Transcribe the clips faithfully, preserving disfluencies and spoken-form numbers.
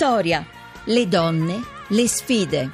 Vittoria, le donne, le sfide.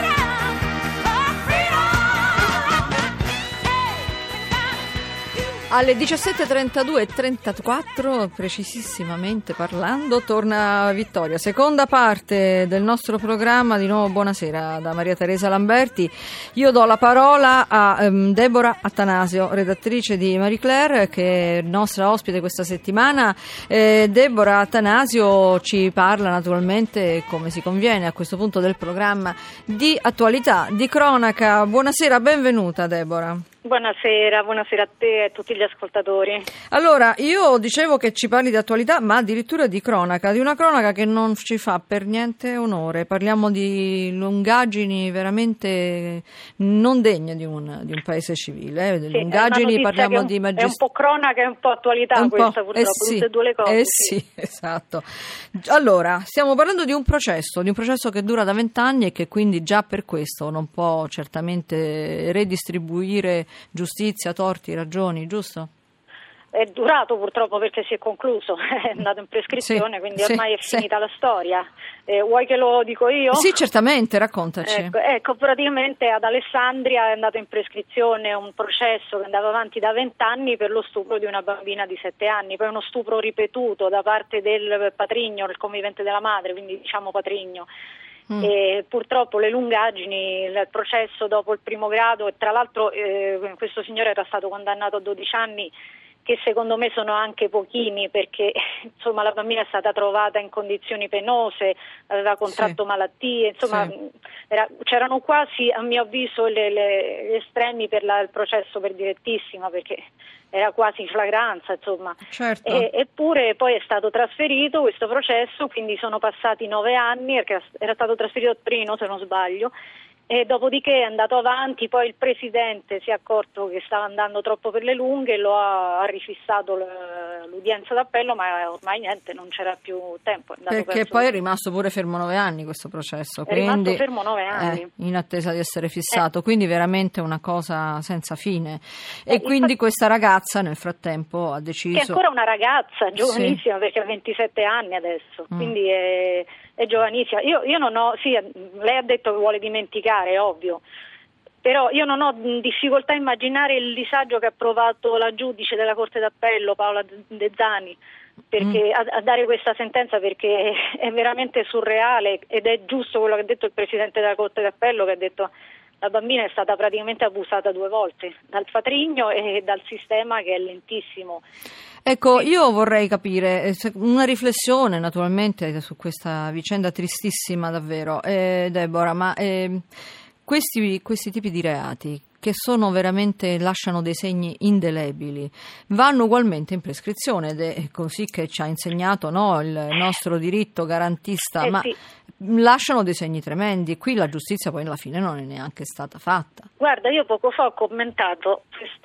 Alle diciassette e trentadue e trentaquattro, precisissimamente parlando, torna Vittoria. Seconda parte del nostro programma. Di nuovo buonasera da Maria Teresa Lamberti. Io do la parola a um, Deborah Attanasio, redattrice di Marie Claire, che è nostra ospite questa settimana. Eh, Deborah Attanasio ci parla naturalmente, come si conviene a questo punto del programma, di attualità, di cronaca. Buonasera, benvenuta Deborah. Buonasera, buonasera a te e a tutti gli ascoltatori. Allora, io dicevo che ci parli di attualità, ma addirittura di cronaca, di una cronaca che non ci fa per niente onore. Parliamo di lungaggini veramente non degne di un, di un paese civile. Eh. Sì, lungaggini, parliamo di magistrat- È un po' cronaca e un po' attualità un questa, po', purtroppo, eh sì, tutte e due le cose. Eh sì, sì, esatto. Allora, stiamo parlando di un processo, di un processo che dura da vent'anni e che quindi già per questo non può certamente redistribuire giustizia, torti, ragioni, giusto? È durato purtroppo perché si è concluso, è andato in prescrizione, sì, quindi ormai sì, è finita sì. la storia. Eh, vuoi che lo dico io? Sì, certamente, raccontaci. Ecco, ecco, praticamente ad Alessandria è andato in prescrizione un processo che andava avanti da vent'anni per lo stupro di una bambina di sette anni, poi uno stupro ripetuto da parte del patrigno, il convivente della madre, quindi diciamo patrigno. Mm. E purtroppo le lungaggini, il processo dopo il primo grado, e tra l'altro eh, questo signore era stato condannato a dodici anni, che secondo me sono anche pochini, perché insomma la bambina è stata trovata in condizioni penose, aveva contratto sì. malattie, insomma sì. era, c'erano quasi a mio avviso le, le, gli estremi per la, il processo per direttissima, perché era quasi in flagranza, insomma. Certo. E, eppure poi è stato trasferito questo processo, quindi sono passati nove anni, perché era stato trasferito a Torino se non sbaglio, e dopodiché è andato avanti, poi il presidente si è accorto che stava andando troppo per le lunghe, lo ha, ha rifissato l'udienza d'appello, ma ormai niente, non c'era più tempo. È Perché poi è rimasto pure fermo nove anni questo processo, è quindi, rimasto fermo nove anni. Eh, in attesa di essere fissato, eh. quindi veramente una cosa senza fine. E eh, quindi infatti, questa ragazza nel frattempo ha deciso... Che è ancora una ragazza, giovanissima, sì. perché ha ventisette anni adesso, mm. quindi è... è giovanissima. Io, io non ho, sì, lei ha detto che vuole dimenticare, è ovvio, però io non ho difficoltà a immaginare il disagio che ha provato la giudice della Corte d'Appello, Paola De Zani, perché mm. a, a dare questa sentenza, perché è veramente surreale, ed è giusto quello che ha detto il Presidente della Corte d'Appello, che ha detto la bambina è stata praticamente abusata due volte, dal patrigno e dal sistema che è lentissimo. Ecco, io vorrei capire una riflessione naturalmente su questa vicenda tristissima davvero, eh, Deborah, ma eh, questi, questi tipi di reati che sono veramente, lasciano dei segni indelebili, vanno ugualmente in prescrizione, ed è così che ci ha insegnato, no, il nostro diritto garantista, eh ma sì. lasciano dei segni tremendi. Qui la giustizia poi alla fine non è neanche stata fatta. Guarda, io poco fa ho commentato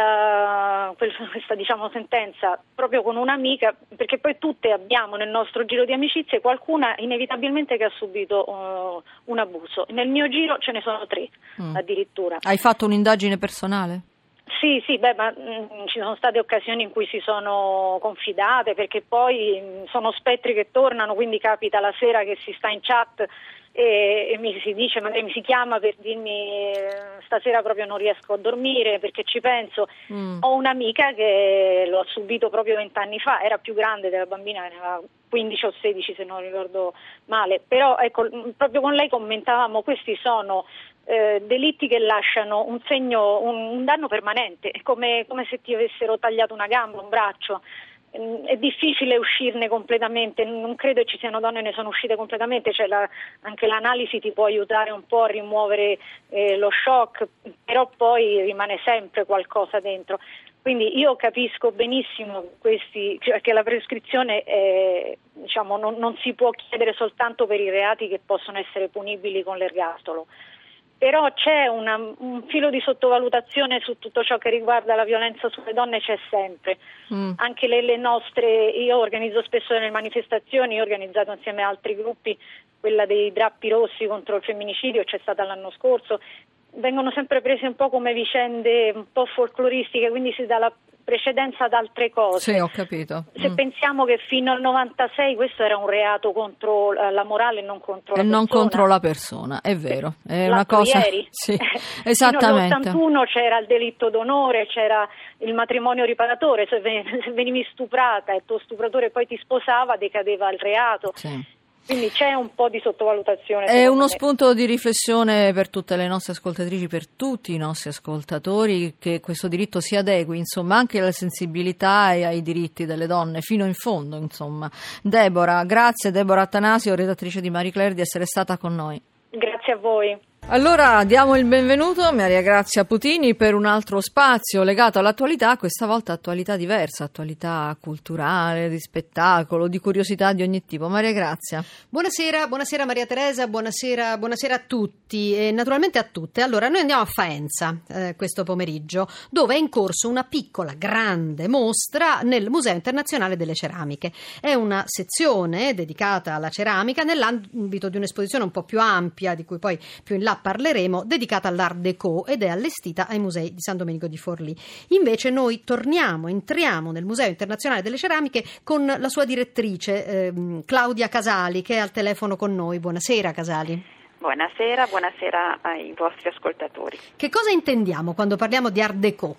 questa, questa diciamo sentenza proprio con un'amica, perché poi tutte abbiamo nel nostro giro di amicizie qualcuna inevitabilmente che ha subito uh, un abuso. Nel mio giro ce ne sono tre mm. addirittura. Hai fatto un'indagine personale? Sì, sì, beh, ma mh, ci sono state occasioni in cui si sono confidate, perché poi mh, sono spettri che tornano, quindi capita la sera che si sta in chat e, e mi si dice, magari mi si chiama per dirmi stasera proprio non riesco a dormire perché ci penso. Mm. Ho un'amica che lo ha subito proprio vent'anni fa, era più grande della bambina, aveva quindici o sedici se non ricordo male, però ecco, proprio con lei commentavamo, questi sono Eh, delitti che lasciano un segno, un, un danno permanente, è come, come se ti avessero tagliato una gamba, un braccio. Mm, è difficile uscirne completamente, non credo che ci siano donne che ne sono uscite completamente, cioè la, anche l'analisi ti può aiutare un po' a rimuovere eh, lo shock, però poi rimane sempre qualcosa dentro. Quindi io capisco benissimo questi, cioè che la prescrizione è, diciamo, non, non si può chiedere soltanto per i reati che possono essere punibili con l'ergastolo. Però c'è una, un filo di sottovalutazione su tutto ciò che riguarda la violenza sulle donne, c'è sempre. Mm. Anche le, le nostre, io organizzo spesso delle manifestazioni, ho organizzato insieme a altri gruppi quella dei drappi rossi contro il femminicidio, c'è stata l'anno scorso, vengono sempre prese un po' come vicende un po' folcloristiche, quindi si dà la, precedenza ad altre cose. Sì, ho capito. Se mm. pensiamo che fino al novantasei questo era un reato contro la morale e non contro la e persona. non contro la persona, è vero, è una L'altro cosa ieri. sì, esattamente. Fino all'ottantuno c'era il delitto d'onore, c'era il matrimonio riparatore, se venivi stuprata e il tuo stupratore poi ti sposava decadeva il reato. Sì. Quindi c'è un po' di sottovalutazione. È uno me. spunto di riflessione per tutte le nostre ascoltatrici, per tutti i nostri ascoltatori, che questo diritto si adegui, insomma, anche alla sensibilità e ai diritti delle donne, fino in fondo, insomma. Deborah, grazie Deborah Attanasio, redattrice di Marie Claire, di essere stata con noi. Grazie a voi. Allora diamo il benvenuto a Maria Grazia Putini per un altro spazio legato all'attualità, questa volta attualità diversa, attualità culturale, di spettacolo, di curiosità di ogni tipo. Maria Grazia. Buonasera, buonasera Maria Teresa, buonasera, buonasera a tutti e naturalmente a tutte. Allora, noi andiamo a Faenza eh, questo pomeriggio, dove è in corso una piccola, grande mostra nel Museo Internazionale delle Ceramiche. È una sezione dedicata alla ceramica nell'ambito di un'esposizione un po' più ampia, di cui poi più in là parleremo, dedicata all'Art Déco ed è allestita ai musei di San Domenico di Forlì. Invece noi torniamo, entriamo nel Museo Internazionale delle Ceramiche con la sua direttrice ehm, Claudia Casali, che è al telefono con noi. Buonasera Casali. Buonasera, buonasera ai vostri ascoltatori. Che cosa intendiamo quando parliamo di Art Déco?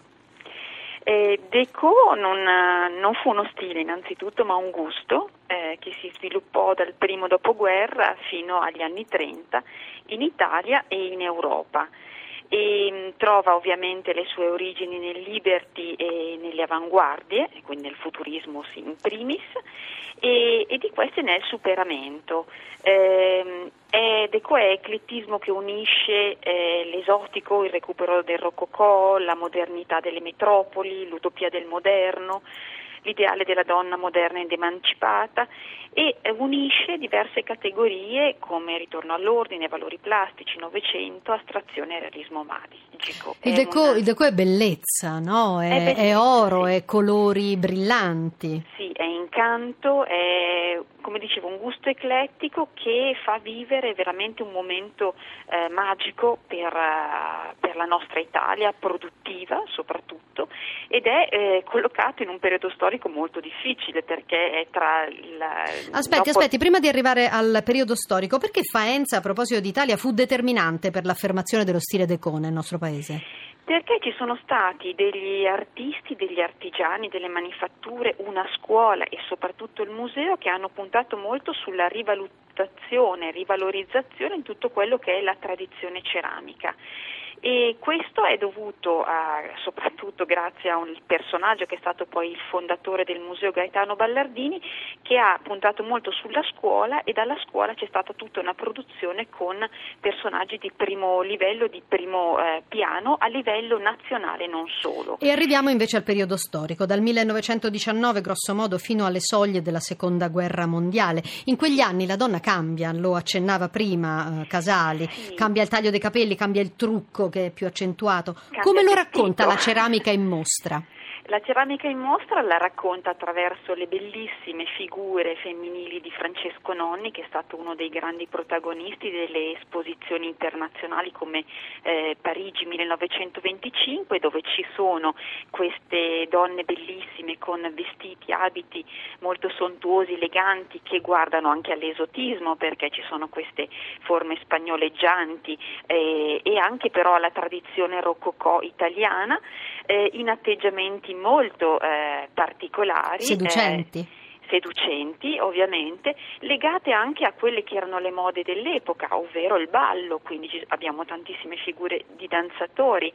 Eh, Déco non, non fu uno stile innanzitutto, ma un gusto eh, che si sviluppò dal primo dopoguerra fino agli anni trenta in Italia e in Europa. E mh, trova ovviamente le sue origini nel Liberty e nelle avanguardie, quindi nel futurismo in primis, e, e di queste nel superamento. Eh, è Déco è eclettismo che unisce eh, l'esotico, il recupero del rococò, la modernità delle metropoli, l'utopia del moderno, l'ideale della donna moderna ed emancipata, e unisce diverse categorie come ritorno all'ordine, valori plastici, novecento, astrazione e realismo magico. Il Déco, una... il Déco è bellezza, no? È, è, è oro, sì. È colori brillanti. Sì, è incanto, è, come dicevo, un gusto eclettico che fa vivere veramente un momento eh, magico per, uh, per la nostra Italia, produttiva soprattutto, ed è eh, collocato in un periodo storico molto difficile, perché è tra il... Aspetti, dopo... aspetti, prima di arrivare al periodo storico, perché Faenza, a proposito d'Italia, fu determinante per l'affermazione dello stile Déco nel nostro paese? Perché ci sono stati degli artisti, degli artigiani, delle manifatture, una scuola e soprattutto il museo che hanno puntato molto sulla rivalutazione, rivalorizzazione in tutto quello che è la tradizione ceramica. E questo è dovuto a, soprattutto grazie a un personaggio che è stato poi il fondatore del museo, Gaetano Ballardini, che ha puntato molto sulla scuola, e dalla scuola c'è stata tutta una produzione con personaggi di primo livello, di primo eh, piano, a livello nazionale non solo. E arriviamo invece al periodo storico, dal millenovecentodiciannove grosso modo fino alle soglie della seconda guerra mondiale. In quegli anni la donna cambia, lo accennava prima eh, Casali, sì. Cambia il taglio dei capelli, cambia il trucco che è più accentuato. Cambia. Come lo racconta la ceramica in mostra? La ceramica in mostra la racconta attraverso le bellissime figure femminili di Francesco Nonni, che è stato uno dei grandi protagonisti delle esposizioni internazionali come eh, Parigi millenovecentoventicinque, dove ci sono queste donne bellissime con vestiti, abiti molto sontuosi, eleganti, che guardano anche all'esotismo, perché ci sono queste forme spagnoleggianti eh, e anche però alla tradizione rococò italiana, eh, in atteggiamenti molto eh, particolari, seducenti. Eh, seducenti ovviamente, legate anche a quelle che erano le mode dell'epoca, ovvero il ballo, quindi abbiamo tantissime figure di danzatori,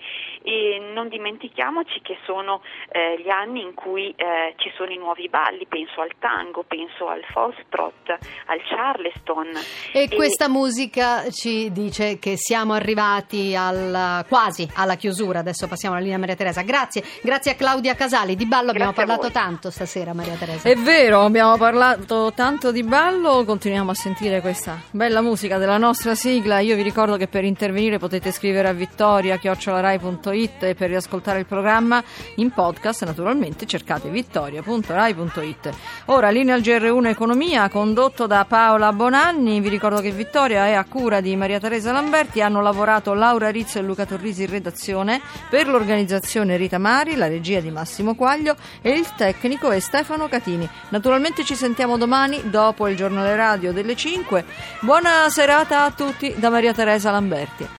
e non dimentichiamoci che sono eh, gli anni in cui eh, ci sono i nuovi balli, penso al tango, penso al foxtrot, al charleston. E, e questa musica ci dice che siamo arrivati al, quasi alla chiusura. Adesso passiamo alla linea Maria Teresa. Grazie, grazie a Claudia Casali. Di ballo abbiamo Grazie parlato tanto stasera, Maria Teresa. È vero. vero, abbiamo parlato tanto di ballo, continuiamo a sentire questa bella musica della nostra sigla. Io vi ricordo che per intervenire potete scrivere a vittoria chiocciola rai punto it e per riascoltare il programma in podcast naturalmente cercate vittoria punto rai punto it. Ora linea al G R uno Economia condotto da Paola Bonanni. Vi ricordo che Vittoria è a cura di Maria Teresa Lamberti, hanno lavorato Laura Rizzo e Luca Torrisi in redazione, per l'organizzazione Rita Mari, la regia di Massimo Quaglio e il tecnico è Stefano Catini. Naturalmente ci sentiamo domani dopo il giornale radio delle cinque. Buona serata a tutti da Maria Teresa Lamberti.